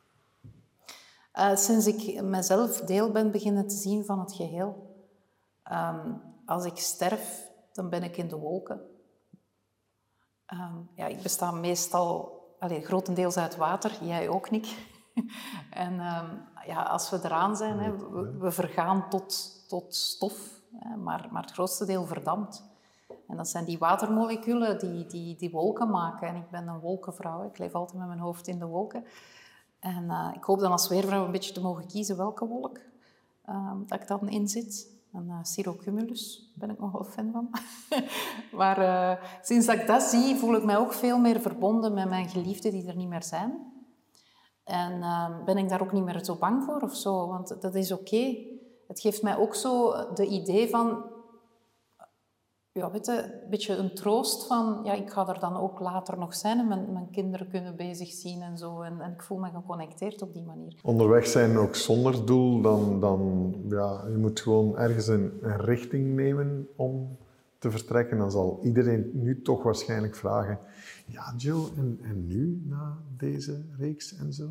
Speaker 2: Sinds ik mezelf deel ben beginnen te zien van het geheel. Als ik sterf, dan ben ik in de wolken. Ik besta meestal, grotendeels uit water, jij ook, Nick. En als we eraan zijn, we vergaan tot stof, maar het grootste deel verdampt. En dat zijn die watermoleculen die wolken maken. En ik ben een wolkenvrouw, ik leef altijd met mijn hoofd in de wolken. En ik hoop dan als weervrouw een beetje te mogen kiezen welke wolk dat ik dan in zit. En Cirrocumulus, daar ben ik nogal fan van. Maar sinds dat ik dat zie, voel ik mij ook veel meer verbonden met mijn geliefden die er niet meer zijn. En ben ik daar ook niet meer zo bang voor of zo, want dat is oké. Het geeft mij ook zo de idee van... Ja, weet je, een beetje een troost van... Ja, ik ga er dan ook later nog zijn en mijn kinderen kunnen bezig zien en zo. En ik voel me geconnecteerd op die manier.
Speaker 1: Onderweg zijn ook zonder doel, dan je moet gewoon ergens een richting nemen om te vertrekken. Dan zal iedereen nu toch waarschijnlijk vragen... Ja, Jill, en nu na deze reeks en zo?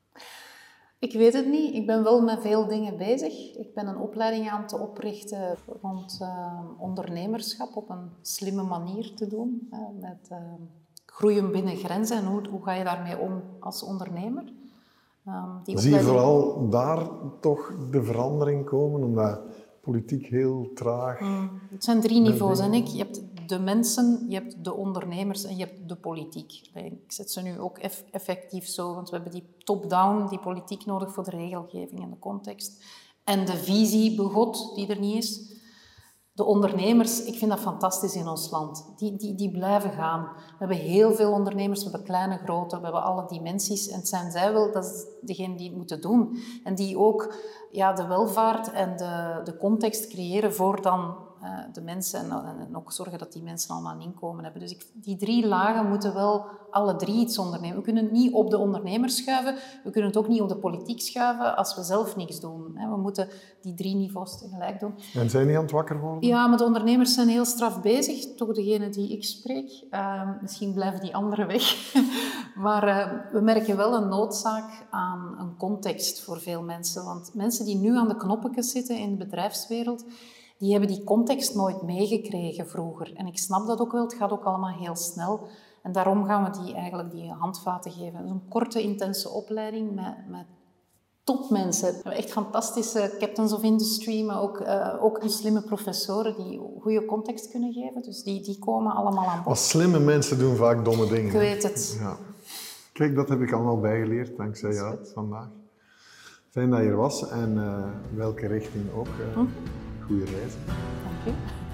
Speaker 2: Ik weet het niet. Ik ben wel met veel dingen bezig. Ik ben een opleiding aan te oprichten rond ondernemerschap op een slimme manier te doen. Met groeien binnen grenzen en hoe ga je daarmee om als ondernemer.
Speaker 1: Zie je vooral daar toch de verandering komen, omdat politiek heel traag...
Speaker 2: Het zijn 3 niveaus. En je hebt de mensen, je hebt de ondernemers en je hebt de politiek. Ik zet ze nu ook effectief zo, want we hebben die top-down, die politiek nodig voor de regelgeving en de context. En de visie begot, die er niet is. De ondernemers, ik vind dat fantastisch in ons land. Die blijven gaan. We hebben heel veel ondernemers, we hebben kleine, grote, we hebben alle dimensies. En het zijn zij wel, dat is degene die het moeten doen. En die ook de welvaart en de context creëren voor dan de mensen. En ook zorgen dat die mensen allemaal een inkomen hebben. Dus die 3 lagen moeten wel alle 3 iets ondernemen. We kunnen het niet op de ondernemers schuiven. We kunnen het ook niet op de politiek schuiven als we zelf niks doen. We moeten die 3 niveaus tegelijk doen.
Speaker 1: En zijn die aan het wakker worden?
Speaker 2: Ja, maar de ondernemers zijn heel straf bezig. Toch degene die ik spreek. Misschien blijven die anderen weg. Maar we merken wel een noodzaak aan een context voor veel mensen. Want mensen die nu aan de knoppetjes zitten in de bedrijfswereld, die hebben die context nooit meegekregen vroeger. En ik snap dat ook wel, het gaat ook allemaal heel snel. En daarom gaan we die handvaten geven. Een korte, intense opleiding met topmensen. We hebben echt fantastische captains of industry, maar ook slimme professoren die goede context kunnen geven. Dus die komen allemaal aan bod.
Speaker 1: Maar slimme mensen doen vaak domme dingen.
Speaker 2: Ik weet het.
Speaker 1: Ja. Kijk, dat heb ik allemaal bijgeleerd, dankzij jou vandaag. Fijn dat je er was en welke richting ook. goede reizen.
Speaker 2: Dank u.